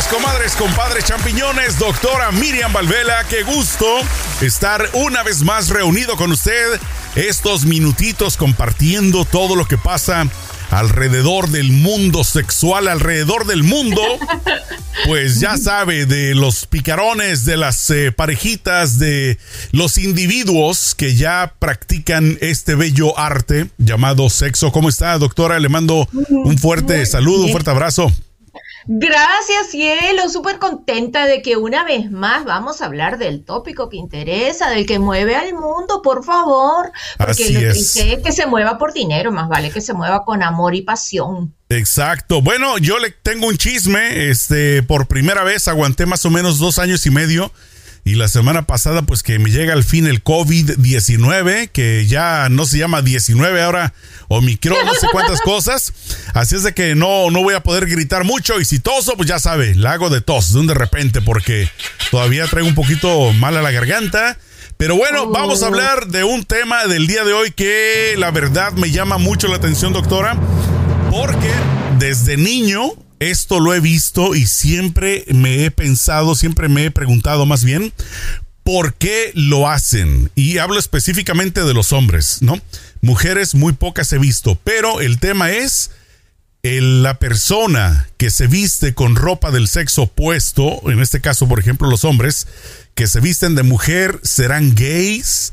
comadres, compadres, champiñones, doctora Miriam Valvela, qué gusto estar una vez más reunido con usted estos minutitos compartiendo todo lo que pasa alrededor del mundo sexual, alrededor del mundo. Pues ya sabe, de los picarones, de las parejitas, de los individuos que ya practican este bello arte llamado sexo. ¿Cómo está, doctora? Le mando un fuerte saludo, un fuerte abrazo. Gracias, cielo, súper contenta de que una vez más vamos a hablar del tópico que interesa, del que mueve al mundo, por favor, porque Así lo es. triste es que se mueva por dinero, más vale que se mueva con amor y pasión. Exacto. Bueno, yo le tengo un chisme, por primera vez aguanté más o menos 2 años y medio. Y la semana pasada, pues que me llega al fin el COVID-19, que ya no se llama 19, ahora Omicron, no sé cuántas cosas. Así es de que no voy a poder gritar mucho. Y si toso, pues ya sabe, la hago de tos de un de repente, porque todavía traigo un poquito mala la garganta. Pero bueno, vamos a hablar de un tema del día de hoy que la verdad me llama mucho la atención, doctora, porque desde niño esto lo he visto y siempre me he pensado, siempre me he preguntado más bien, ¿por qué lo hacen? Y hablo específicamente de los hombres, ¿no? Mujeres muy pocas he visto, pero el tema es la persona que se viste con ropa del sexo opuesto, en este caso, por ejemplo, los hombres que se visten de mujer, ¿serán gays?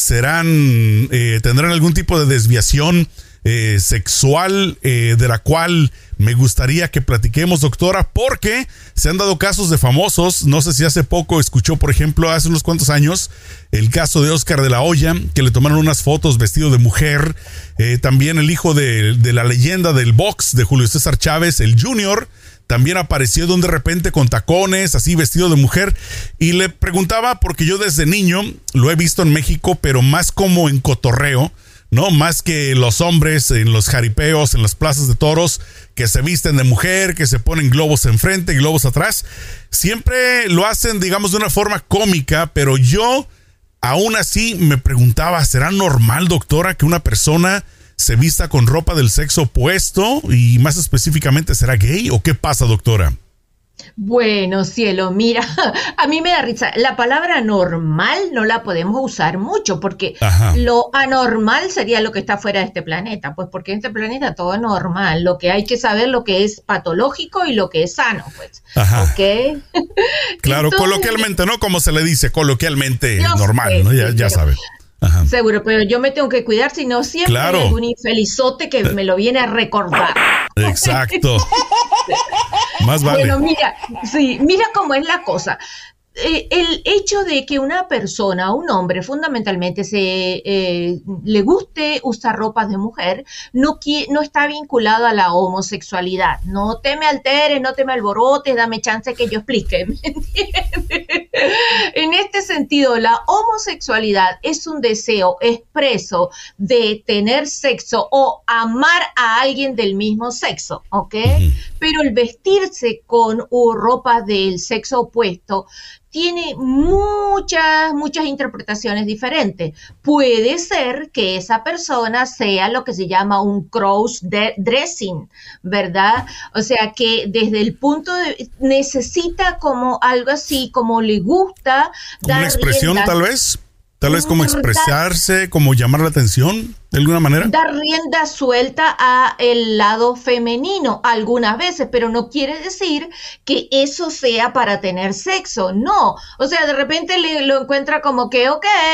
¿Tendrán algún tipo de desviación sexual de la cual me gustaría que platiquemos, doctora? Porque se han dado casos de famosos. No sé si hace poco escuchó, por ejemplo, hace unos cuantos años, el caso de Oscar de la Hoya, que le tomaron unas fotos vestido de mujer. También el hijo de la leyenda del box, de Julio César Chávez, el Junior, también apareció de repente con tacones, así vestido de mujer. Y le preguntaba, porque yo desde niño lo he visto en México, pero más como en cotorreo, ¿no? Más que los hombres en los jaripeos, en las plazas de toros, que se visten de mujer, que se ponen globos enfrente y globos atrás. Siempre lo hacen, digamos, de una forma cómica, pero yo aún así me preguntaba, ¿será normal, doctora, que una persona se vista con ropa del sexo opuesto? Y más específicamente, ¿será gay o qué pasa, doctora? Bueno, cielo, mira, a mí me da risa. La palabra normal no la podemos usar mucho porque lo anormal sería lo que está fuera de este planeta, pues porque en este planeta todo es normal. Lo que hay que saber lo que es patológico y lo que es sano, pues. ¿Ok? Claro, entonces, coloquialmente, ¿no? Como se le dice, coloquialmente normal, sé, ¿no? Ya sabe. Ajá. Seguro, pero yo me tengo que cuidar, si no siempre hay algún infelizote que me lo viene a recordar. Exacto. Más vale. Bueno, mira cómo es la cosa. El hecho de que una persona, un hombre, fundamentalmente le guste usar ropas de mujer, no está vinculado a la homosexualidad. No te me alteres, no te me alborotes, dame chance que yo explique, ¿me entiendes? En este sentido, la homosexualidad es un deseo expreso de tener sexo o amar a alguien del mismo sexo, ¿ok? Pero el vestirse con ropa del sexo opuesto tiene muchas interpretaciones diferentes. Puede ser que esa persona sea lo que se llama un cross-dressing, ¿verdad? O sea, que desde el punto de necesita como algo así, como le gusta. ¿Como una expresión tal vez? Tal vez como expresarse, como llamar la atención, de alguna manera. Dar rienda suelta a el lado femenino algunas veces, pero no quiere decir que eso sea para tener sexo, no. O sea, de repente lo encuentra como que,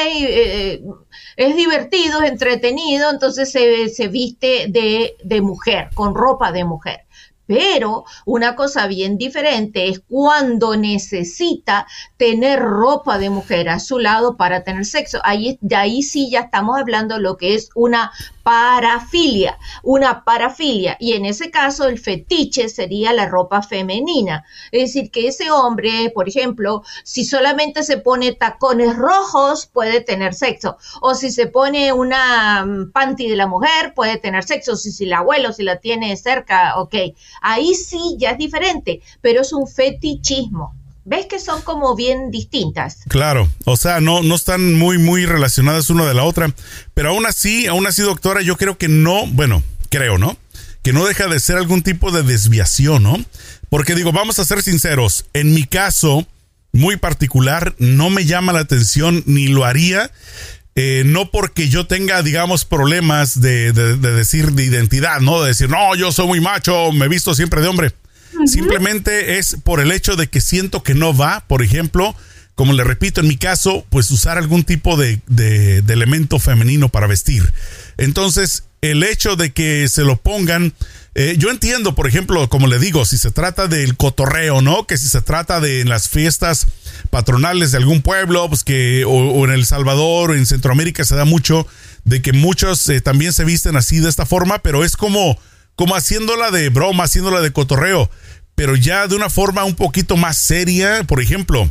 es divertido, es entretenido, entonces se viste de mujer, con ropa de mujer. Pero una cosa bien diferente es cuando necesita tener ropa de mujer a su lado para tener sexo. De ahí sí ya estamos hablando de lo que es una parafilia. Y en ese caso el fetiche sería la ropa femenina. Es decir, que ese hombre, por ejemplo, si solamente se pone tacones rojos, puede tener sexo. O si se pone una panty de la mujer, puede tener sexo. Si el abuelo, si la tiene cerca, ok. Ahí sí ya es diferente, pero es un fetichismo. ¿Ves que son como bien distintas? Claro, o sea, no están muy relacionadas una de la otra, pero aún así, doctora, yo creo que no, bueno, creo, ¿no? que no deja de ser algún tipo de desviación, ¿no? Porque digo, vamos a ser sinceros, en mi caso muy particular no me llama la atención ni lo haría, no porque yo tenga, digamos, problemas de decir de identidad, ¿no? De decir, no, yo soy muy macho, me visto siempre de hombre. Simplemente es por el hecho de que siento que no va, por ejemplo, como le repito, en mi caso, pues usar algún tipo de elemento femenino para vestir. Entonces, el hecho de que se lo pongan, yo entiendo, por ejemplo, como le digo, si se trata del cotorreo, ¿no? Que si se trata de las fiestas patronales de algún pueblo, pues que, o en El Salvador, o en Centroamérica se da mucho, de que muchos también se visten así de esta forma, pero es como haciéndola de broma, haciéndola de cotorreo, pero ya de una forma un poquito más seria. Por ejemplo,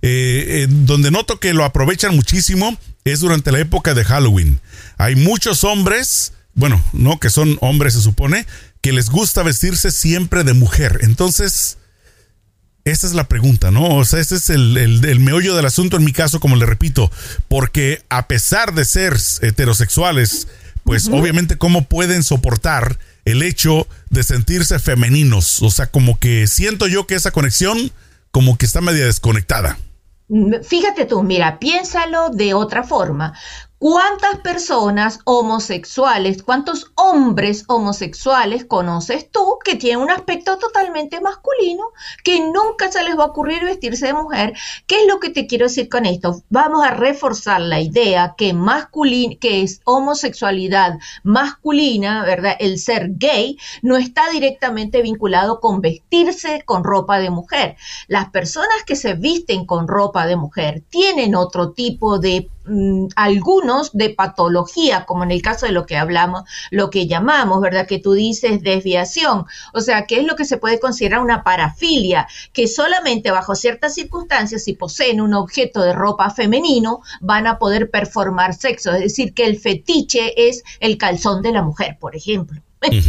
donde noto que lo aprovechan muchísimo es durante la época de Halloween. Hay muchos hombres, bueno, no que son hombres se supone, que les gusta vestirse siempre de mujer. Entonces, esa es la pregunta, ¿no? O sea, ese es el meollo del asunto en mi caso, como le repito, porque a pesar de ser heterosexuales, pues obviamente cómo pueden soportar el hecho de sentirse femeninos. O sea, como que siento yo que esa conexión como que está media desconectada. Fíjate tú, mira, piénsalo de otra forma. ¿Cuántas personas homosexuales, cuántos hombres homosexuales conoces tú que tienen un aspecto totalmente masculino, que nunca se les va a ocurrir vestirse de mujer? ¿Qué es lo que te quiero decir con esto? Vamos a reforzar la idea que que es homosexualidad masculina, ¿verdad? El ser gay no está directamente vinculado con vestirse con ropa de mujer. Las personas que se visten con ropa de mujer tienen otro tipo de algunos de patología, como en el caso de lo que hablamos, lo que llamamos, ¿verdad? Que tú dices desviación, o sea, que es lo que se puede considerar una parafilia, que solamente bajo ciertas circunstancias, si poseen un objeto de ropa femenino, van a poder performar sexo, es decir, que el fetiche es el calzón de la mujer, por ejemplo.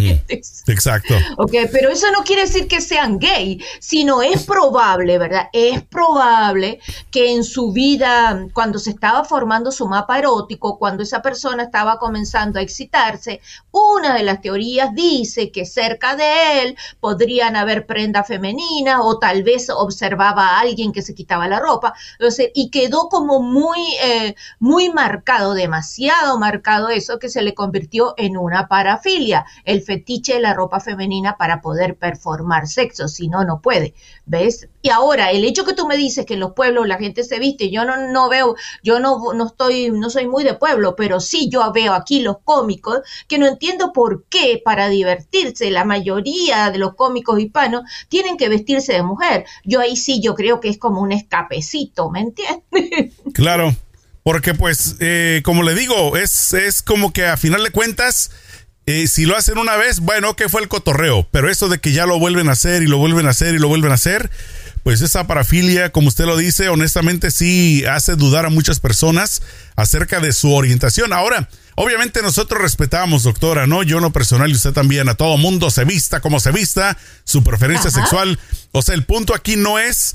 Exacto. Okay, pero eso no quiere decir que sean gay, sino es probable, ¿verdad? Es probable que en su vida, cuando se estaba formando su mapa erótico, cuando esa persona estaba comenzando a excitarse, una de las teorías dice que cerca de él podrían haber prendas femeninas o tal vez observaba a alguien que se quitaba la ropa, entonces, y quedó como muy marcado, demasiado marcado eso, que se le convirtió en una parafilia. El fetiche de la ropa femenina para poder performar sexo, si no, no puede, ¿ves? Y ahora, el hecho que tú me dices que en los pueblos la gente se viste, yo no veo, yo no soy muy de pueblo, pero sí yo veo aquí los cómicos, que no entiendo por qué para divertirse, la mayoría de los cómicos hispanos tienen que vestirse de mujer. Yo ahí sí, yo creo que es como un escapecito, ¿me entiendes? Claro, porque pues, como le digo, es como que a final de cuentas, si lo hacen una vez, bueno, que fue el cotorreo, pero eso de que ya lo vuelven a hacer y lo vuelven a hacer y lo vuelven a hacer, pues esa parafilia, como usted lo dice, honestamente sí hace dudar a muchas personas acerca de su orientación. Ahora, obviamente nosotros respetamos, doctora, ¿no? Yo en lo personal y usted también, a todo mundo se vista como se vista, su preferencia sexual. O sea, el punto aquí no es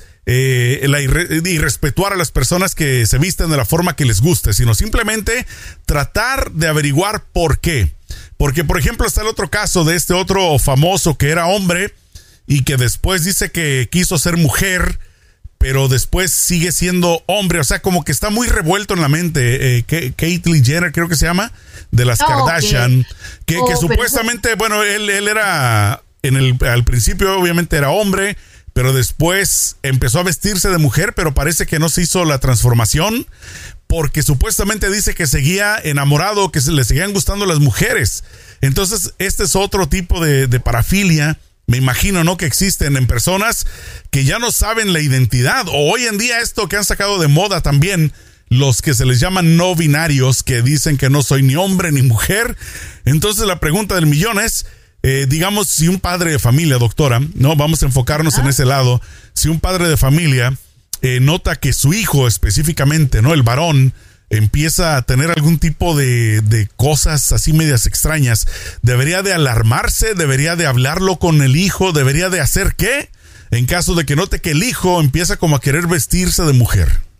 irrespetuar a las personas que se visten de la forma que les guste, sino simplemente tratar de averiguar por qué. Porque, por ejemplo, está el otro caso de este otro famoso que era hombre y que después dice que quiso ser mujer, pero después sigue siendo hombre. O sea, como que está muy revuelto en la mente. Caitlyn Jenner, creo que se llama, de las Kardashian, que supuestamente, bueno, él era, al principio obviamente era hombre, pero después empezó a vestirse de mujer, pero parece que no se hizo la transformación, porque supuestamente dice que seguía enamorado, que le seguían gustando las mujeres. Entonces, este es otro tipo de parafilia, me imagino, ¿no? Que existen en personas que ya no saben la identidad. O hoy en día esto que han sacado de moda también, los que se les llaman no binarios, que dicen que no soy ni hombre ni mujer. Entonces, la pregunta del millón es, digamos, si un padre de familia, doctora, ¿no? Vamos a enfocarnos en ese lado. Si un padre de familia nota que su hijo específicamente, ¿no? El varón empieza a tener algún tipo de cosas así medias extrañas, ¿debería de alarmarse? ¿Debería de hablarlo con el hijo? ¿Debería de hacer qué? En caso de que note que el hijo empieza como a querer vestirse de mujer.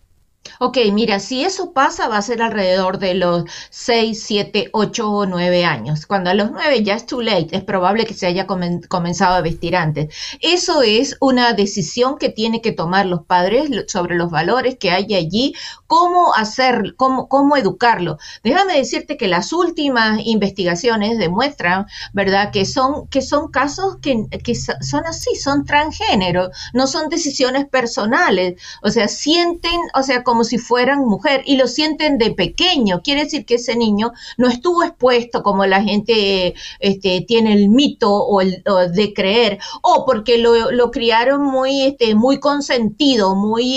Ok, mira, si eso pasa va a ser alrededor de los 6, 7, 8 o 9 años. Cuando a los 9 ya es too late, es probable que se haya comenzado a vestir antes. Eso es una decisión que tienen que tomar los padres sobre los valores que hay allí, cómo hacer, cómo educarlo. Déjame decirte que las últimas investigaciones demuestran, ¿verdad?, que son casos que son así, son transgénero, no son decisiones personales. O sea, sienten, o sea, como si fueran mujer y lo sienten de pequeño. Quiere decir que ese niño no estuvo expuesto como la gente tiene el mito o de creer, o porque lo criaron muy consentido,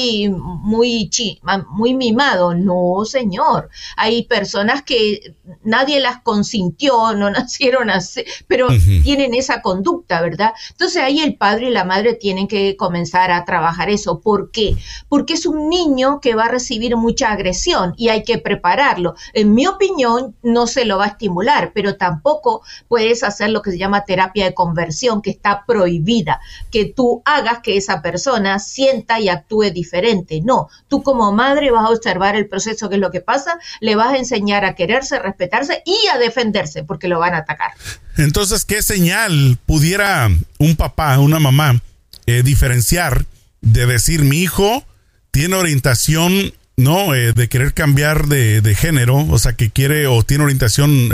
muy mimado. No, señor. Hay personas que nadie las consintió, no nacieron así, pero tienen esa conducta, ¿verdad? Entonces ahí el padre y la madre tienen que comenzar a trabajar eso. ¿Por qué? Porque es un niño que va a recibir mucha agresión y hay que prepararlo. En mi opinión, no se lo va a estimular, pero tampoco puedes hacer lo que se llama terapia de conversión, que está prohibida, que tú hagas que esa persona sienta y actúe diferente. No, tú como madre vas a observar el proceso, que es lo que pasa, le vas a enseñar a quererse, respetarse y a defenderse, porque lo van a atacar. Entonces, ¿qué señal pudiera un papá, una mamá, diferenciar de decir mi hijo tiene orientación, ¿no? De querer cambiar de género, o sea, que quiere o tiene orientación,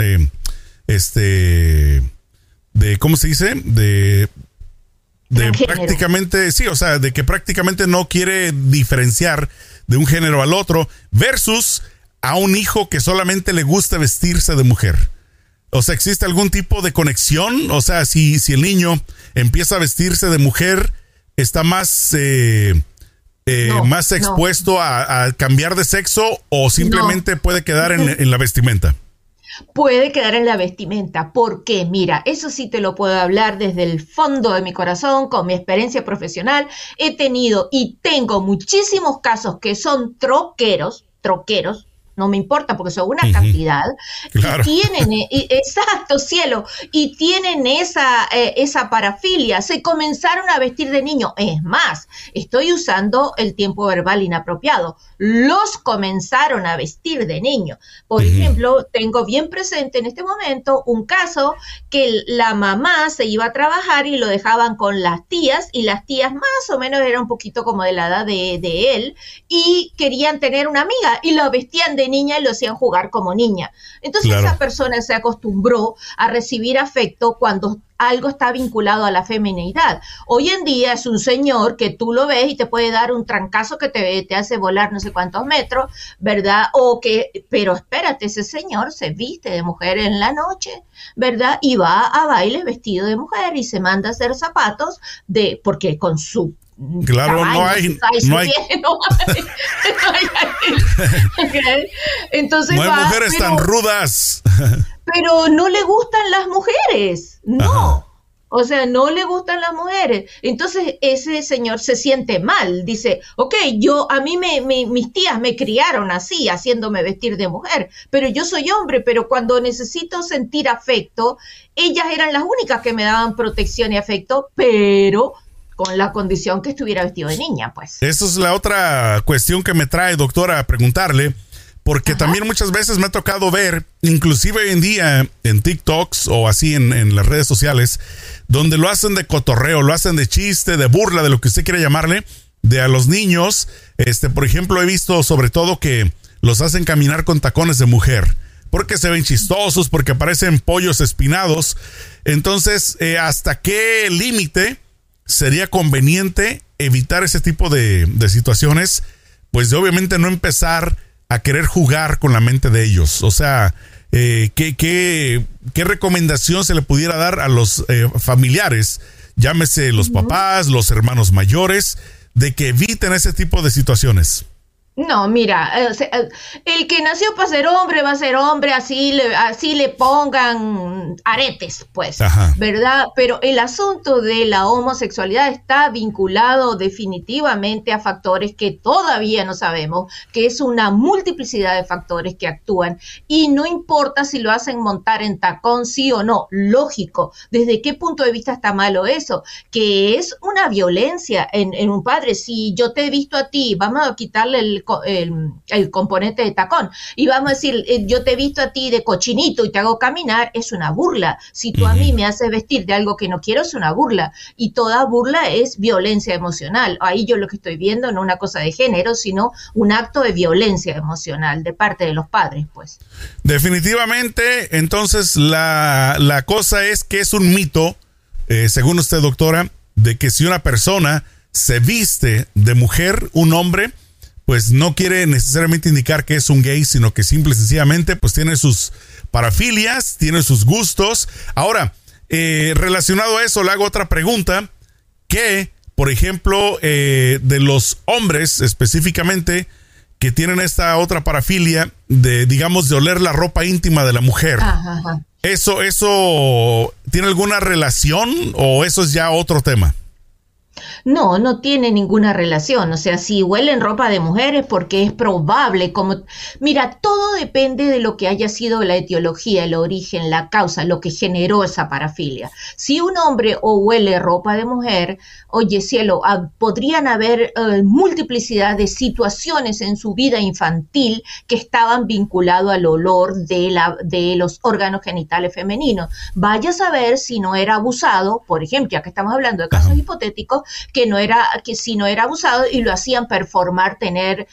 de, ¿cómo se dice? De prácticamente, sí, o sea, de que prácticamente no quiere diferenciar de un género al otro, versus a un hijo que solamente le gusta vestirse de mujer. O sea, ¿existe algún tipo de conexión? O sea, si el niño empieza a vestirse de mujer, está más más expuesto a cambiar de sexo, o simplemente puede quedar en la vestimenta. Puede quedar en la vestimenta. ¿Por qué? Mira, eso sí te lo puedo hablar desde el fondo de mi corazón, con mi experiencia profesional. He tenido y tengo muchísimos casos que son troqueros, no me importa porque son una cantidad, claro. Y tienen, exacto, cielo, y tienen esa parafilia, se comenzaron a vestir de niño. Es más, estoy usando el tiempo verbal inapropiado, los comenzaron a vestir de niño. Por ejemplo, tengo bien presente en este momento un caso que la mamá se iba a trabajar y lo dejaban con las tías, y las tías más o menos eran un poquito como de la edad de él, y querían tener una amiga, y lo vestían de niña y lo hacían jugar como niña. Entonces claro, esa persona se acostumbró a recibir afecto cuando algo está vinculado a la femineidad. Hoy en día es un señor que tú lo ves y te puede dar un trancazo que te hace volar no sé cuántos metros, ¿verdad? Pero espérate, ese señor se viste de mujer en la noche, ¿verdad? Y va a bailes vestido de mujer y se manda a hacer zapatos porque con su claro, caballo, no hay entonces no hay mujeres tan rudas. Pero no le gustan las mujeres, no. Ajá. O sea, no le gustan las mujeres. Entonces ese señor se siente mal. Dice, ok, mis tías me criaron así, haciéndome vestir de mujer, pero yo soy hombre, pero cuando necesito sentir afecto, ellas eran las únicas que me daban protección y afecto, pero con la condición que estuviera vestido de niña, pues. Esa es la otra cuestión que me trae, doctora, a preguntarle, porque también muchas veces me ha tocado ver, inclusive hoy en día en TikToks o así en las redes sociales, donde lo hacen de cotorreo, lo hacen de chiste, de burla, de lo que usted quiera llamarle, de a los niños. Por ejemplo, he visto sobre todo que los hacen caminar con tacones de mujer, porque se ven chistosos, porque parecen pollos espinados. Entonces, ¿hasta qué límite sería conveniente evitar ese tipo de situaciones? Pues de obviamente no empezar a querer jugar con la mente de ellos. O sea, ¿qué recomendación se le pudiera dar a los familiares, llámese los papás, los hermanos mayores, de que eviten ese tipo de situaciones? No, mira, el que nació para ser hombre va a ser hombre, así le pongan aretes, pues, ajá, ¿verdad? Pero el asunto de la homosexualidad está vinculado definitivamente a factores que todavía no sabemos, que es una multiplicidad de factores que actúan, y no importa si lo hacen montar en tacón, sí o no, lógico, ¿desde qué punto de vista está malo eso? Que es una violencia en un padre. Si yo te he visto a ti, vamos a quitarle el el componente de tacón. Y vamos a decir, yo te he visto a ti de cochinito y te hago caminar, es una burla. Si tú a mí me haces vestir de algo que no quiero, es una burla. Y toda burla es violencia emocional. Ahí yo lo que estoy viendo no una cosa de género, sino un acto de violencia emocional de parte de los padres, pues. Definitivamente, entonces la cosa es que es un mito, según usted, doctora, de que si una persona se viste de mujer, un hombre, pues no quiere necesariamente indicar que es un gay, sino que simple y sencillamente pues tiene sus parafilias, tiene sus gustos. Ahora, relacionado a eso, le hago otra pregunta, que, por ejemplo, de los hombres específicamente, que tienen esta otra parafilia de, digamos, de oler la ropa íntima de la mujer. Ajá. ¿Eso tiene alguna relación o eso es ya otro tema? No, no tiene ninguna relación. O sea, si huelen ropa de mujeres porque es probable, mira, todo depende de lo que haya sido la etiología, el origen, la causa, lo que generó esa parafilia. Si un hombre huele ropa de mujer, oye cielo, podrían haber multiplicidad de situaciones en su vida infantil que estaban vinculadas al olor de los órganos genitales femeninos. Vaya a saber si no era abusado, por ejemplo, ya que estamos hablando de casos hipotéticos, que si no era abusado y lo hacían performar tener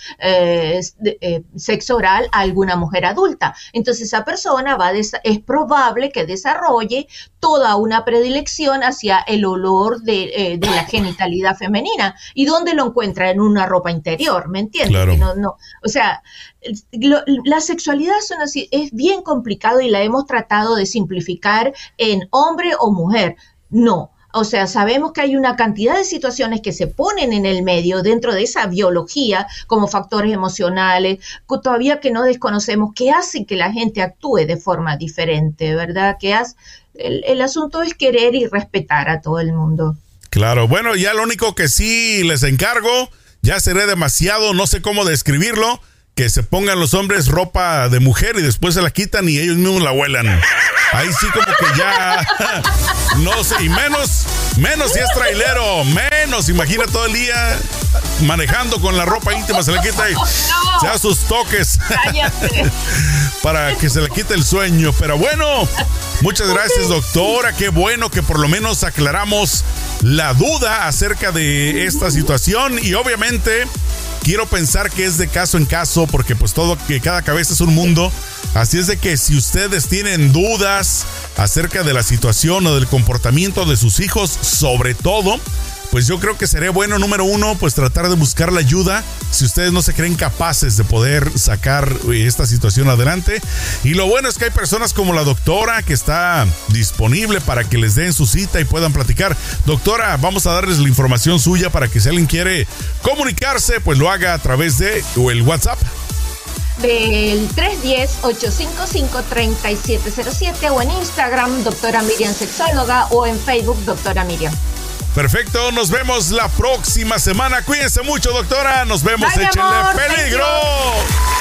sexo oral a alguna mujer adulta. Entonces esa persona es probable que desarrolle toda una predilección hacia el olor de la genitalidad femenina. ¿Y dónde lo encuentra? En una ropa interior, ¿me entiendes? Claro. No, o sea, la sexualidad es bien complicado y la hemos tratado de simplificar en hombre o mujer. No. O sea, sabemos que hay una cantidad de situaciones que se ponen en el medio dentro de esa biología como factores emocionales, todavía que no desconocemos, que hacen que la gente actúe de forma diferente, ¿verdad? El asunto es querer y respetar a todo el mundo. Claro, bueno, ya lo único que sí les encargo, ya seré demasiado, no sé cómo describirlo, que se pongan los hombres ropa de mujer y después se la quitan y ellos mismos la huelan. Ahí sí como que ya, no sé, y menos si es trailero, menos, imagina todo el día manejando con la ropa íntima, se le quita y se da sus toques para que se le quite el sueño. Pero bueno, muchas gracias, doctora, qué bueno que por lo menos aclaramos la duda acerca de esta situación y obviamente quiero pensar que es de caso en caso porque pues que cada cabeza es un mundo. Así es de que si ustedes tienen dudas acerca de la situación o del comportamiento de sus hijos, sobre todo, pues yo creo que sería bueno, número uno, pues tratar de buscar la ayuda si ustedes no se creen capaces de poder sacar esta situación adelante. Y lo bueno es que hay personas como la doctora que está disponible para que les den su cita y puedan platicar. Doctora, vamos a darles la información suya para que si alguien quiere comunicarse, pues lo haga a través de el WhatsApp. Del 310-855-3707 o en Instagram, doctora Miriam Sexóloga, o en Facebook, doctora Miriam. Perfecto, nos vemos la próxima semana. Cuídense mucho, doctora. Nos vemos. Échenle peligro.